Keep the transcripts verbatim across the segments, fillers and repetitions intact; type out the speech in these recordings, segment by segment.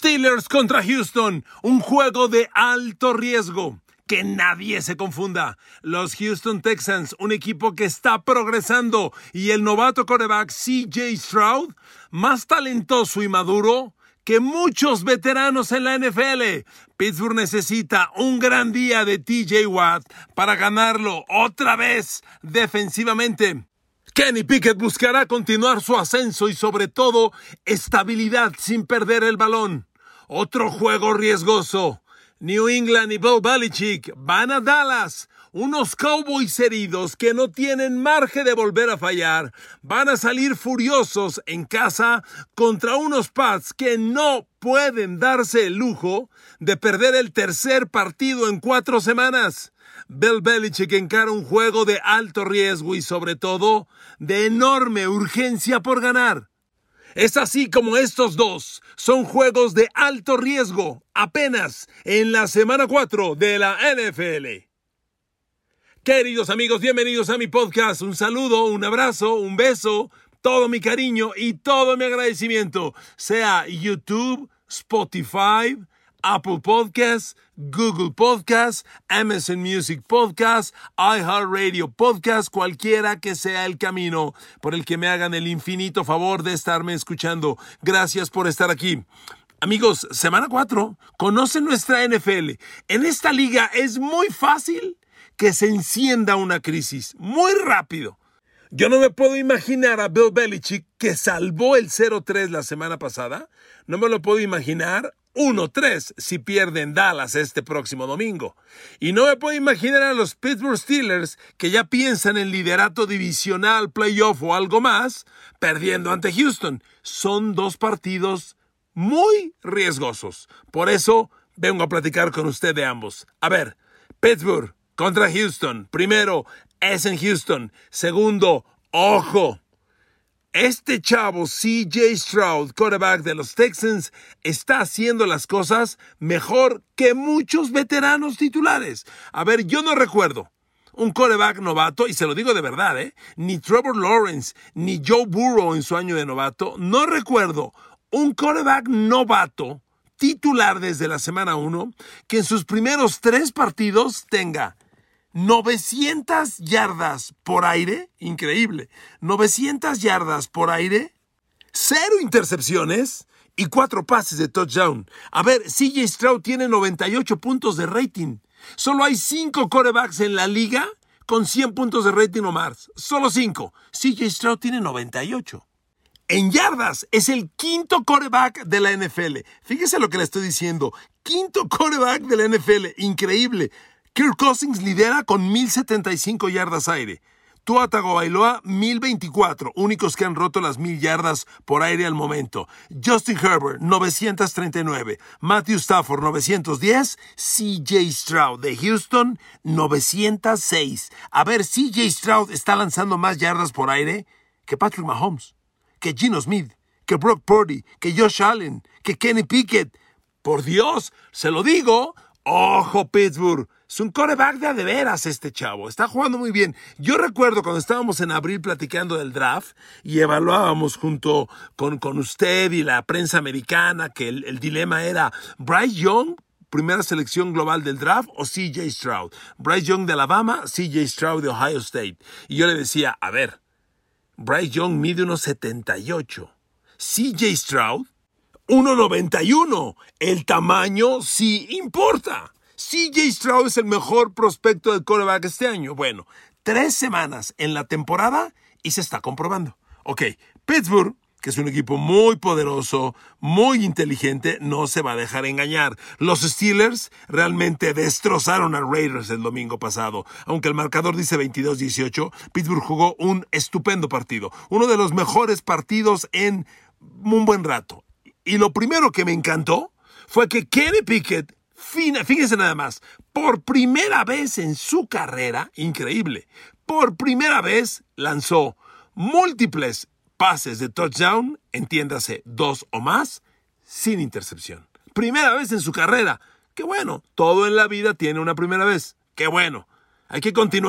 Steelers contra Houston, un juego de alto riesgo. Que nadie se confunda. Los Houston Texans, un equipo que está progresando, y el novato quarterback C J Stroud, más talentoso y maduro que muchos veteranos en la N F L. Pittsburgh necesita un gran día de T J Watt para ganarlo otra vez defensivamente. Kenny Pickett buscará continuar su ascenso y sobre todo estabilidad sin perder el balón. Otro juego riesgoso. New England y Bill Belichick van a Dallas. Unos Cowboys heridos que no tienen margen de volver a fallar. Van a salir furiosos en casa contra unos Pats que no pueden darse el lujo de perder el tercer partido en cuatro semanas. Bill Belichick encara un juego de alto riesgo y sobre todo de enorme urgencia por ganar. Es así como estos dos son juegos de alto riesgo apenas en la semana cuatro de la N F L. Queridos amigos, bienvenidos a mi podcast. Un saludo, un abrazo, un beso, todo mi cariño y todo mi agradecimiento. Sea YouTube, Spotify, Apple Podcasts, Google Podcasts, Amazon Music Podcasts, iHeartRadio Podcasts, cualquiera que sea el camino por el que me hagan el infinito favor de estarme escuchando. Gracias por estar aquí. Amigos, semana cuatro, conocen nuestra N F L. En esta liga es muy fácil que se encienda una crisis, muy rápido. Yo no me puedo imaginar a Bill Belichick, que salvó el cero tres la semana pasada. No me lo puedo imaginar uno tres si pierden Dallas este próximo domingo. Y no me puedo imaginar a los Pittsburgh Steelers, que ya piensan en liderato divisional, playoff o algo más, perdiendo ante Houston. Son dos partidos muy riesgosos. Por eso vengo a platicar con usted de ambos. A ver, Pittsburgh contra Houston. Primero, es en Houston. Segundo, ojo. Este chavo C J Stroud, quarterback de los Texans, está haciendo las cosas mejor que muchos veteranos titulares. A ver, yo no recuerdo un quarterback novato, y se lo digo de verdad, ¿eh? Ni Trevor Lawrence, ni Joe Burrow en su año de novato. No recuerdo un quarterback novato titular desde la semana uno que en sus primeros tres partidos tenga novecientas yardas por aire, increíble, novecientas yardas por aire, cero intercepciones y cuatro pases de touchdown. A ver, C J Stroud tiene noventa y ocho puntos de rating. Solo hay cinco quarterbacks en la liga con cien puntos de rating o más. Solo cinco. C J Stroud tiene noventa y ocho. En yardas, es el quinto quarterback de la N F L. Fíjese lo que le estoy diciendo. Quinto quarterback de la N F L. Increíble. Kirk Cousins lidera con mil setenta y cinco yardas aire. Tua Tagovailoa, mil veinticuatro, únicos que han roto las mil yardas por aire al momento. Justin Herbert, novecientos treinta y nueve. Matthew Stafford, novecientos diez. C J Stroud de Houston, novecientos seis. A ver, C J Stroud está lanzando más yardas por aire que Patrick Mahomes, que Geno Smith, que Brock Purdy, que Josh Allen, que Kenny Pickett. Por Dios, se lo digo. ¡Ojo, Pittsburgh! Es un quarterback de a de veras este chavo. Está jugando muy bien. Yo recuerdo cuando estábamos en abril platicando del draft y evaluábamos junto con, con usted y la prensa americana que el, el dilema era Bryce Young, primera selección global del draft, o C J Stroud. Bryce Young de Alabama, C J Stroud de Ohio State. Y yo le decía, a ver, Bryce Young mide uno setenta y ocho. C J Stroud, uno noventa y uno. El tamaño sí importa. C J Stroud es el mejor prospecto de quarterback este año. Bueno, tres semanas en la temporada y se está comprobando. Ok, Pittsburgh, que es un equipo muy poderoso, muy inteligente, no se va a dejar engañar. Los Steelers realmente destrozaron a Raiders el domingo pasado. Aunque el marcador dice veintidós dieciocho, Pittsburgh jugó un estupendo partido. Uno de los mejores partidos en un buen rato. Y lo primero que me encantó fue que Kenny Pickett, fíjense nada más, por primera vez en su carrera, increíble, por primera vez lanzó múltiples pases de touchdown, entiéndase, dos o más, sin intercepción. Primera vez en su carrera. Qué bueno, todo en la vida tiene una primera vez. Qué bueno, hay que continuar.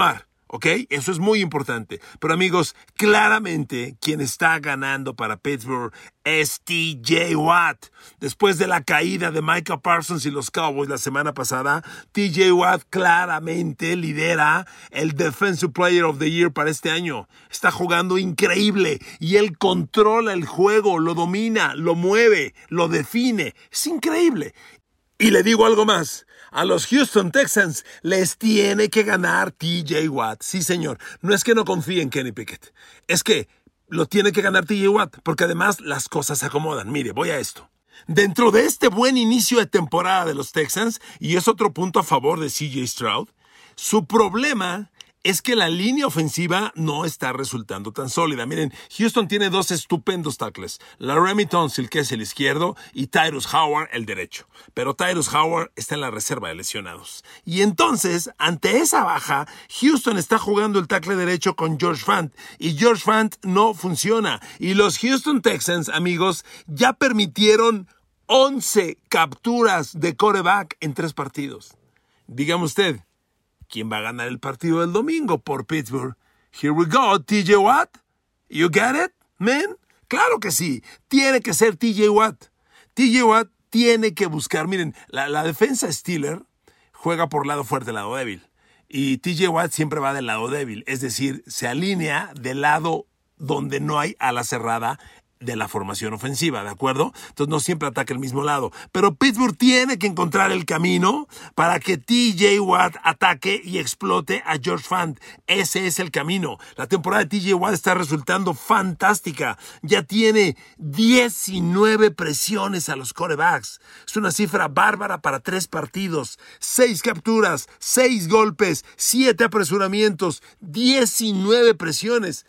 ¿Ok? Eso es muy importante. Pero amigos, claramente quien está ganando para Pittsburgh es T J Watt. Después de la caída de Micah Parsons y los Cowboys la semana pasada, T J Watt claramente lidera el Defensive Player of the Year para este año. Está jugando increíble y él controla el juego, lo domina, lo mueve, lo define. Es increíble. Y le digo algo más. A los Houston Texans les tiene que ganar T J Watt. Sí, señor. No es que no confíe en Kenny Pickett. Es que lo tiene que ganar T J Watt, porque además las cosas se acomodan. Mire, voy a esto. Dentro de este buen inicio de temporada de los Texans, y es otro punto a favor de C J Stroud, su problema es que la línea ofensiva no está resultando tan sólida. Miren, Houston tiene dos estupendos tackles. Laremy Tunsil, que es el izquierdo, y Tyrus Howard, el derecho. Pero Tyrus Howard está en la reserva de lesionados. Y entonces, ante esa baja, Houston está jugando el tackle derecho con George Fant. Y George Fant no funciona. Y los Houston Texans, amigos, ya permitieron once capturas de quarterback en tres partidos. Dígame usted, ¿quién va a ganar el partido del domingo por Pittsburgh? Here we go, T J Watt. You get it, man? Claro que sí. Tiene que ser T J Watt. T J Watt tiene que buscar. Miren, la, la defensa Steeler juega por lado fuerte, lado débil. Y T J Watt siempre va del lado débil. Es decir, se alinea del lado donde no hay ala cerrada de la formación ofensiva, ¿de acuerdo? Entonces no siempre ataca el mismo lado. Pero Pittsburgh tiene que encontrar el camino para que T J Watt ataque y explote a George Fant. Ese es el camino. La temporada de T J Watt está resultando fantástica. Ya tiene diecinueve presiones a los quarterbacks. Es una cifra bárbara para tres partidos. Seis capturas, seis golpes, siete apresuramientos, diecinueve presiones.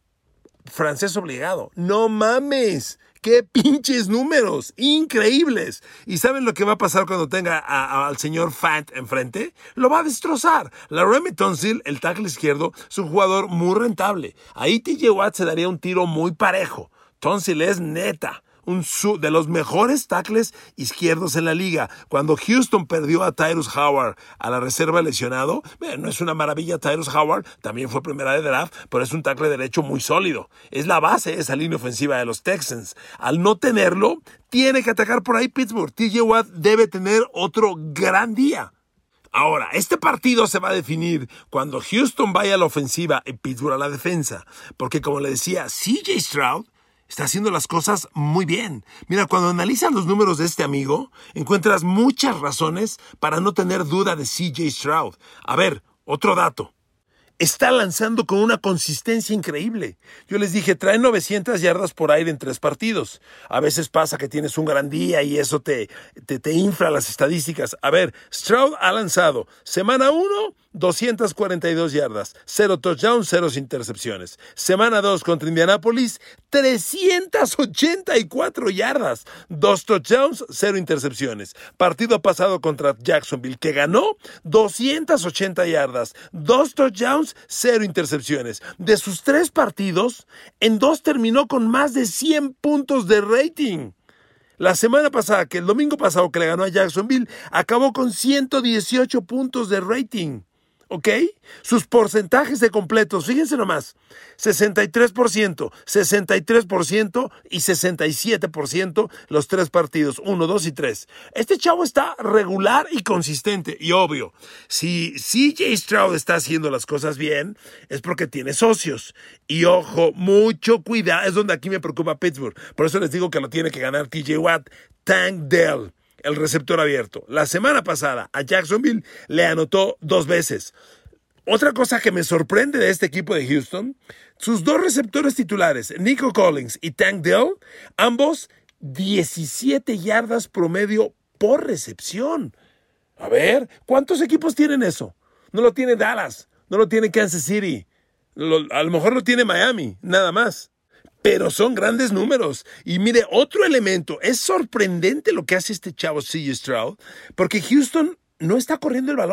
Francés obligado. ¡No mames! ¡Qué pinches números! ¡Increíbles! ¿Y saben lo que va a pasar cuando tenga a, a, al señor Fant enfrente? Lo va a destrozar. Laremy Tunsil, el tackle izquierdo, es un jugador muy rentable. Ahí T J Watt se daría un tiro muy parejo. Tunsil es neta. Un su, de los mejores tackles izquierdos en la liga. Cuando Houston perdió a Tyrus Howard a la reserva lesionado, bueno, no es una maravilla Tyrus Howard, también fue primera de draft, pero es un tackle derecho muy sólido. Es la base de esa línea ofensiva de los Texans. Al no tenerlo, tiene que atacar por ahí Pittsburgh. T J Watt debe tener otro gran día. Ahora, este partido se va a definir cuando Houston vaya a la ofensiva y Pittsburgh a la defensa. Porque como le decía, C J Stroud está haciendo las cosas muy bien. Mira, cuando analizas los números de este amigo, encuentras muchas razones para no tener duda de C J Stroud. A ver, otro dato. Está lanzando con una consistencia increíble. Yo les dije, trae novecientas yardas por aire en tres partidos. A veces pasa que tienes un gran día y eso te, te, te infla las estadísticas. A ver, Stroud ha lanzado semana uno, doscientas cuarenta y dos yardas, cero touchdowns, cero intercepciones. Semana dos contra Indianapolis, trescientas ochenta y cuatro yardas, dos touchdowns, cero intercepciones. Partido pasado contra Jacksonville, que ganó, doscientas ochenta yardas, dos touchdowns, cero intercepciones. De sus tres partidos, en dos terminó con más de cien puntos de rating. La semana pasada, que el domingo pasado que le ganó a Jacksonville, acabó con ciento dieciocho puntos de rating. ¿Ok? Sus porcentajes de completos, fíjense nomás, sesenta y tres por ciento, sesenta y tres por ciento y sesenta y siete por ciento los tres partidos, uno, dos y tres. Este chavo está regular y consistente. Y obvio, si C J Stroud está haciendo las cosas bien, es porque tiene socios. Y ojo, mucho cuidado, es donde aquí me preocupa Pittsburgh. Por eso les digo que lo tiene que ganar T J Watt. Tank Dell, el receptor abierto. La semana pasada a Jacksonville le anotó dos veces. Otra cosa que me sorprende de este equipo de Houston, sus dos receptores titulares, Nico Collins y Tank Dell, ambos diecisiete yardas promedio por recepción. A ver, ¿cuántos equipos tienen eso? No lo tiene Dallas, no lo tiene Kansas City, lo, a lo mejor lo tiene Miami, nada más. Pero son grandes números. Y mire, otro elemento, es sorprendente lo que hace este chavo C J Stroud, porque Houston no está corriendo el balón.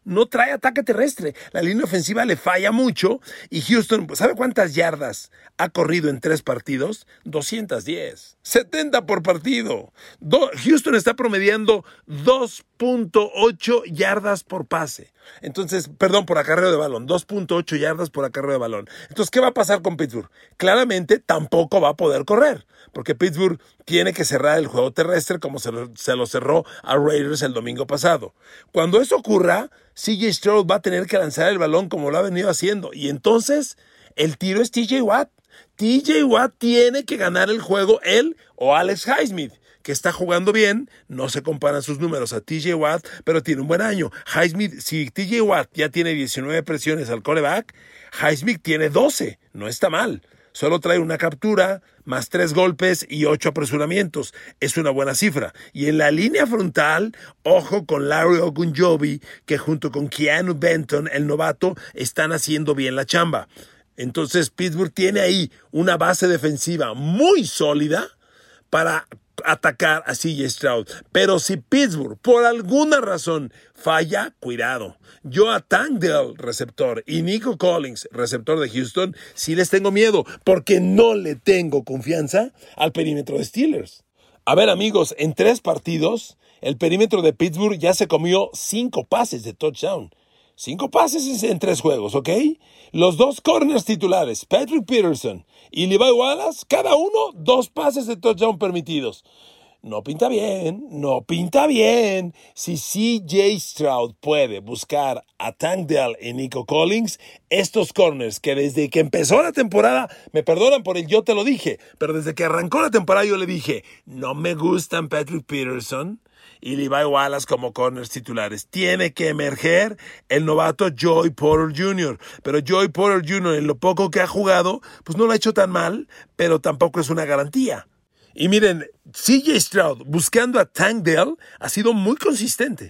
no trae ataque terrestre. La línea ofensiva le falla mucho y Houston, ¿sabe cuántas yardas ha corrido en tres partidos? doscientas diez. setenta por partido. Do- Houston está promediando dos punto ocho yardas por pase. Entonces, perdón, por acarreo de balón. dos punto ocho yardas por acarreo de balón. Entonces, ¿qué va a pasar con Pittsburgh? Claramente, tampoco va a poder correr, porque Pittsburgh tiene que cerrar el juego terrestre como se lo, se lo cerró a Raiders el domingo pasado. Cuando eso ocurra, C J Stroud va a tener que lanzar el balón como lo ha venido haciendo. Y entonces, el tiro es T J Watt. T J Watt tiene que ganar el juego él o Alex Highsmith, que está jugando bien. No se comparan sus números a T J Watt, pero tiene un buen año. Highsmith, si T J Watt ya tiene diecinueve presiones al quarterback, Highsmith tiene doce. No está mal. Solo trae una captura, más tres golpes y ocho apresuramientos. Es una buena cifra. Y en la línea frontal, ojo con Larry Ogunjobi, que junto con Keanu Benton, el novato, están haciendo bien la chamba. Entonces Pittsburgh tiene ahí una base defensiva muy sólida para atacar a C J Stroud. Pero si Pittsburgh, por alguna razón, falla, cuidado. Yo a Tank Dell, receptor, y Nico Collins, receptor de Houston, sí les tengo miedo, porque no le tengo confianza al perímetro de Steelers. A ver, amigos, en tres partidos, el perímetro de Pittsburgh ya se comió cinco pases de touchdown. Cinco pases en tres juegos, ¿ok? Los dos corners titulares, Patrick Peterson y Levi Wallace, cada uno dos pases de touchdown permitidos. No pinta bien, no pinta bien. Si C J Stroud puede buscar a Tank Dell y Nico Collins, estos corners que desde que empezó la temporada, me perdonan por el yo te lo dije, pero desde que arrancó la temporada yo le dije, no me gustan Patrick Peterson y Levi Wallace como corners titulares. Tiene que emerger el novato Joey Porter junior Pero Joey Porter junior en lo poco que ha jugado, pues no lo ha hecho tan mal, pero tampoco es una garantía. Y miren, C J Stroud buscando a Tank Dell ha sido muy consistente.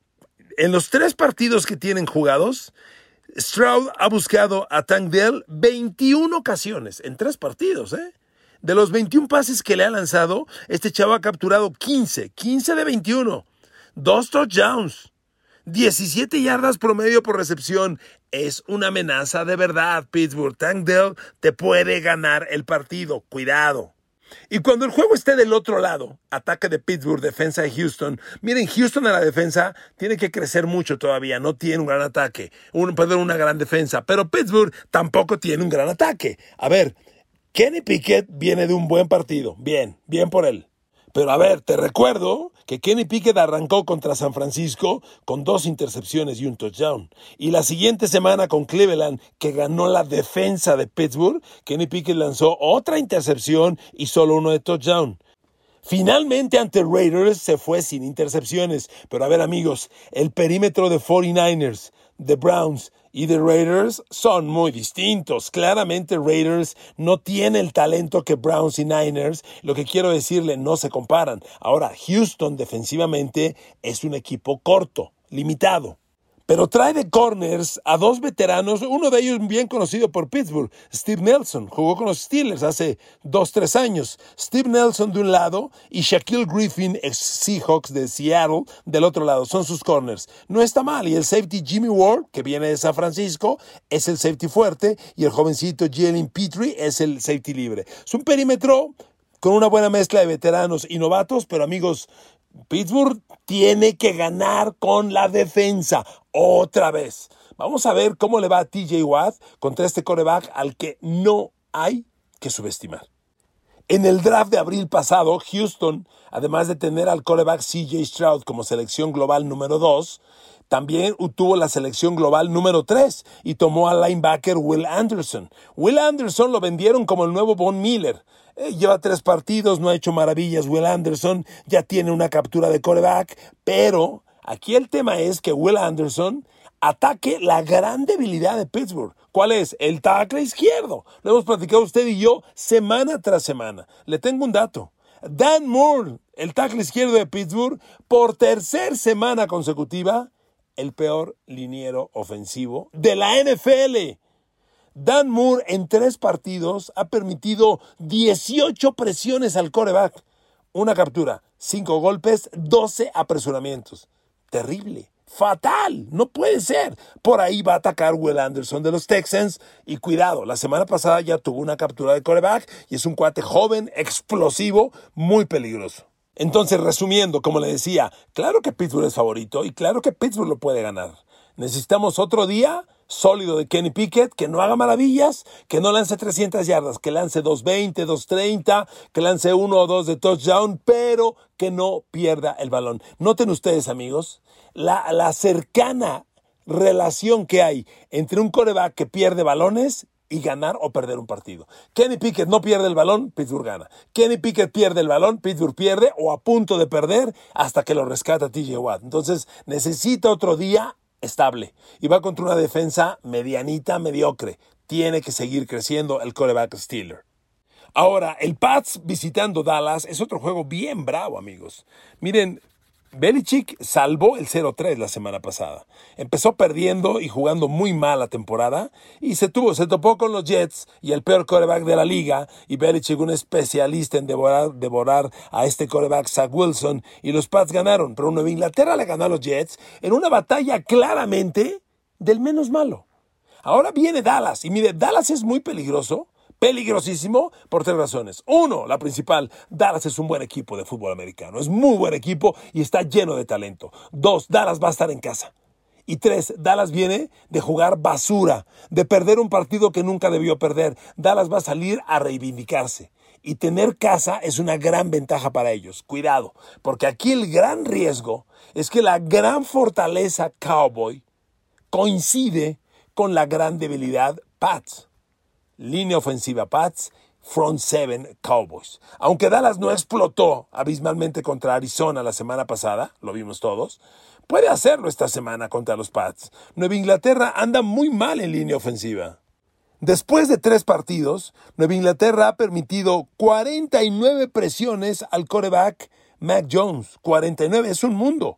En los tres partidos que tienen jugados, Stroud ha buscado a Tank Dell veintiuna ocasiones en tres partidos, ¿eh? De los veintiún pases que le ha lanzado, este chavo ha capturado quince, quince de veintiuno, dos touchdowns, diecisiete yardas promedio por recepción. Es una amenaza de verdad, Pittsburgh. Tank Dell te puede ganar el partido, cuidado. Y cuando el juego esté del otro lado, ataque de Pittsburgh, defensa de Houston, miren, Houston a la defensa tiene que crecer mucho todavía, no tiene un gran ataque, un, perdón, una gran defensa, pero Pittsburgh tampoco tiene un gran ataque. A ver, Kenny Pickett viene de un buen partido, bien, bien por él. Pero a ver, te recuerdo que Kenny Pickett arrancó contra San Francisco con dos intercepciones y un touchdown. Y la siguiente semana con Cleveland, que ganó la defensa de Pittsburgh, Kenny Pickett lanzó otra intercepción y solo uno de touchdown. Finalmente ante Raiders se fue sin intercepciones. Pero a ver, amigos, el perímetro de cuarenta y nueve ers, de Browns y de Raiders son muy distintos. Claramente Raiders no tiene el talento que Browns y Niners. Lo que quiero decirle, no se comparan. Ahora, Houston defensivamente es un equipo corto, limitado. Pero trae de corners a dos veteranos, uno de ellos bien conocido por Pittsburgh, Steve Nelson, jugó con los Steelers hace dos, tres años. Steve Nelson de un lado y Shaquille Griffin, ex Seahawks de Seattle, del otro lado, son sus corners. No está mal, y el safety Jimmy Ward, que viene de San Francisco, es el safety fuerte, y el jovencito Jalen Petrie es el safety libre. Es un perímetro con una buena mezcla de veteranos y novatos, pero amigos, Pittsburgh tiene que ganar con la defensa otra vez. Vamos a ver cómo le va a T J Watt contra este quarterback al que no hay que subestimar. En el draft de abril pasado, Houston, además de tener al quarterback C J Stroud como selección global número dos, también tuvo la selección global número tres y tomó al linebacker Will Anderson. Will Anderson lo vendieron como el nuevo Von Miller. Eh, lleva tres partidos, no ha hecho maravillas Will Anderson, ya tiene una captura de quarterback, pero aquí el tema es que Will Anderson ataque la gran debilidad de Pittsburgh. ¿Cuál es? El tackle izquierdo. Lo hemos platicado usted y yo semana tras semana. Le tengo un dato. Dan Moore, el tackle izquierdo de Pittsburgh, por tercer semana consecutiva, el peor liniero ofensivo de la N F L. Dan Moore en tres partidos ha permitido dieciocho presiones al quarterback. Una captura, cinco golpes, doce apresuramientos. Terrible, fatal, no puede ser. Por ahí va a atacar Will Anderson de los Texans y cuidado, la semana pasada ya tuvo una captura de quarterback y es un cuate joven, explosivo, muy peligroso. Entonces, resumiendo, como le decía, claro que Pittsburgh es favorito y claro que Pittsburgh lo puede ganar. Necesitamos otro día sólido de Kenny Pickett, que no haga maravillas, que no lance trescientas yardas, que lance doscientos veinte, doscientos treinta, que lance uno o dos de touchdown, pero que no pierda el balón. Noten ustedes, amigos, la, la cercana relación que hay entre un quarterback que pierde balones y ganar o perder un partido. Kenny Pickett no pierde el balón, Pittsburgh gana. Kenny Pickett pierde el balón, Pittsburgh pierde o a punto de perder hasta que lo rescata T J Watt. Entonces necesita otro día estable y va contra una defensa medianita, mediocre. Tiene que seguir creciendo el quarterback Steeler. Ahora, el Pats visitando Dallas es otro juego bien bravo, amigos. Miren, Belichick salvó el cero tres la semana pasada. Empezó perdiendo y jugando muy mal la temporada y se tuvo, se topó con los Jets y el peor quarterback de la liga y Belichick, un especialista en devorar, devorar a este quarterback Zach Wilson, y los Pats ganaron, pero Nueva Inglaterra le ganó a los Jets en una batalla claramente del menos malo. Ahora viene Dallas y mire, Dallas es muy peligroso. Peligrosísimo por tres razones. Uno, la principal, Dallas es un buen equipo de fútbol americano. Es muy buen equipo y está lleno de talento. Dos, Dallas va a estar en casa. Y tres, Dallas viene de jugar basura, de perder un partido que nunca debió perder. Dallas va a salir a reivindicarse. Y tener casa es una gran ventaja para ellos. Cuidado, porque aquí el gran riesgo es que la gran fortaleza Cowboy coincide con la gran debilidad Pats. Línea ofensiva Pats, front seven Cowboys. Aunque Dallas no explotó abismalmente contra Arizona la semana pasada, lo vimos todos, puede hacerlo esta semana contra los Pats. Nueva Inglaterra anda muy mal en línea ofensiva. Después de tres partidos, Nueva Inglaterra ha permitido cuarenta y nueve presiones al quarterback Mac Jones. cuarenta y nueve es un mundo.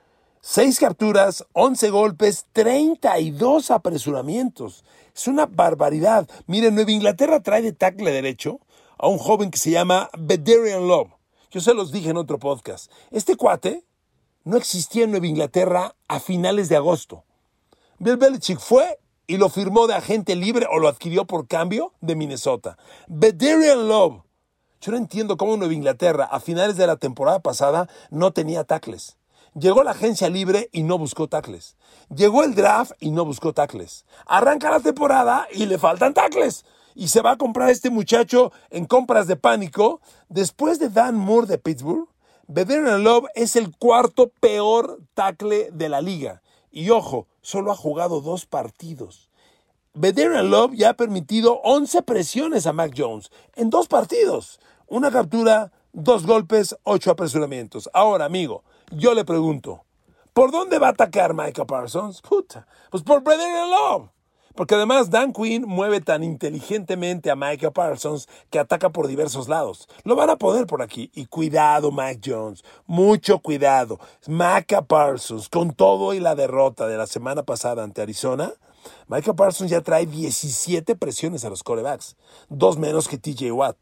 seis capturas, once golpes, treinta y dos apresuramientos. Es una barbaridad. Miren, Nueva Inglaterra trae de tackle derecho a un joven que se llama Vederian Love. Yo se los dije en otro podcast. Este cuate no existía en Nueva Inglaterra a finales de agosto. Bill Belichick fue y lo firmó de agente libre o lo adquirió por cambio de Minnesota. Vederian Love. Yo no entiendo cómo Nueva Inglaterra a finales de la temporada pasada no tenía tackles. Llegó la agencia libre y no buscó tackles. Llegó el draft y no buscó tackles. Arranca la temporada y le faltan tackles. Y se va a comprar este muchacho en compras de pánico. Después de Dan Moore de Pittsburgh, Vederian Love es el cuarto peor tackle de la liga. Y ojo, solo ha jugado dos partidos. Vederian Love ya ha permitido once presiones a Mac Jones en dos partidos. Una captura, dos golpes, ocho apresuramientos. Ahora, amigo, yo le pregunto, ¿por dónde va a atacar Micah Parsons? Puta, pues por Vederian Love. Porque además Dan Quinn mueve tan inteligentemente a Micah Parsons que ataca por diversos lados. Lo van a poder por aquí. Y cuidado, Mac Jones. Mucho cuidado. Micah Parsons, con todo y la derrota de la semana pasada ante Arizona, Micah Parsons ya trae diecisiete presiones a los quarterbacks. Dos menos que T J Watt.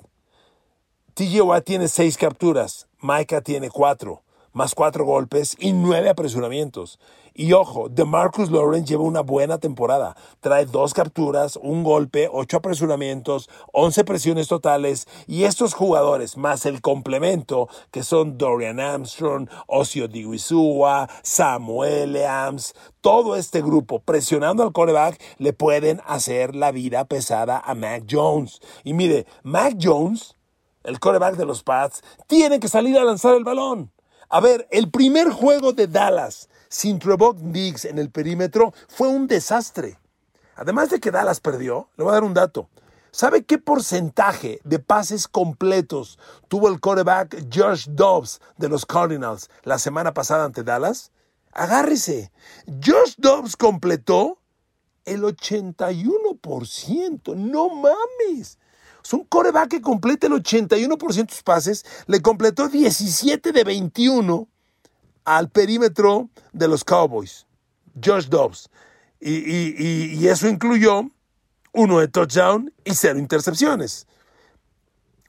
T J Watt tiene seis capturas. Micah tiene cuatro. Más cuatro golpes y nueve apresuramientos. Y ojo, DeMarcus Lawrence lleva una buena temporada. Trae dos capturas, un golpe, ocho apresuramientos, once presiones totales. Y estos jugadores, más el complemento, que son Dorian Armstrong, Osio Odighizuwa, Samuel Adams, todo este grupo presionando al quarterback, le pueden hacer la vida pesada a Mac Jones. Y mire, Mac Jones, el quarterback de los Pats, tiene que salir a lanzar el balón. A ver, el primer juego de Dallas sin Trevon Diggs en el perímetro fue un desastre. Además de que Dallas perdió, le voy a dar un dato. ¿Sabe qué porcentaje de pases completos tuvo el quarterback Josh Dobbs de los Cardinals la semana pasada ante Dallas? Agárrese. Josh Dobbs completó el ochenta y uno por ciento. ¡No mames! Es un quarterback que completa el ochenta y uno por ciento de sus pases, le completó diecisiete de veintiuno al perímetro de los Cowboys, Josh Dobbs. Y, y, y, y eso incluyó uno de touchdown y cero intercepciones.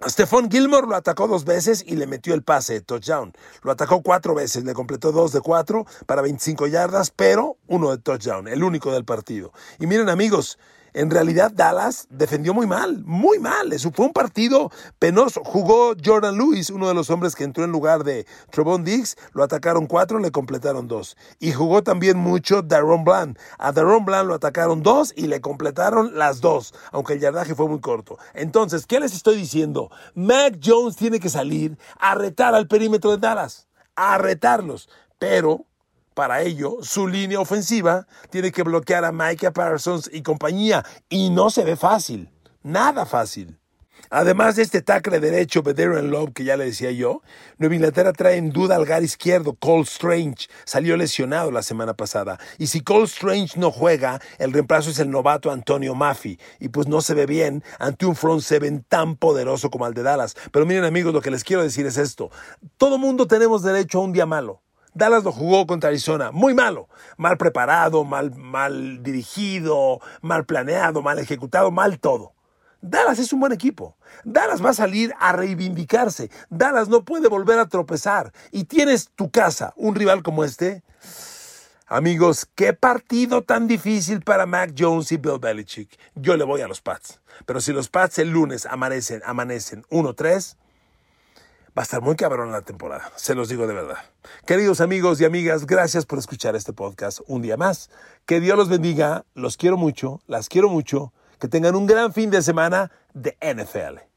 Stephon Gilmore lo atacó dos veces y le metió el pase de touchdown. Lo atacó cuatro veces, le completó dos de cuatro para veinticinco yardas, pero uno de touchdown, el único del partido. Y miren, amigos, en realidad Dallas defendió muy mal, muy mal. Eso fue un partido penoso. Jugó Jordan Lewis, uno de los hombres que entró en lugar de Trevon Diggs. Lo atacaron cuatro, le completaron dos. Y jugó también mucho Daron Bland. A Daron Bland lo atacaron dos y le completaron las dos, aunque el yardaje fue muy corto. Entonces, ¿qué les estoy diciendo? Mac Jones tiene que salir a retar al perímetro de Dallas, a retarlos, pero para ello, su línea ofensiva tiene que bloquear a Micah Parsons y compañía. Y no se ve fácil. Nada fácil. Además de este tackle derecho, Vederian Love, que ya le decía yo, Nueva Inglaterra trae en duda al guard izquierdo, Cole Strange. Salió lesionado la semana pasada. Y si Cole Strange no juega, el reemplazo es el novato Antonio Maffey. Y pues no se ve bien ante un front seven tan poderoso como el de Dallas. Pero miren, amigos, lo que les quiero decir es esto. Todo mundo tenemos derecho a un día malo. Dallas lo jugó contra Arizona, muy malo, mal preparado, mal, mal dirigido, mal planeado, mal ejecutado, mal todo. Dallas es un buen equipo. Dallas va a salir a reivindicarse. Dallas no puede volver a tropezar. Y tienes tu casa, un rival como este. Amigos, qué partido tan difícil para Mac Jones y Bill Belichick. Yo le voy a los Pats. Pero si los Pats el lunes amanecen, amanecen uno tres... va a estar muy cabrón la temporada, se los digo de verdad. Queridos amigos y amigas, gracias por escuchar este podcast un día más. Que Dios los bendiga, los quiero mucho, las quiero mucho. Que tengan un gran fin de semana de N F L.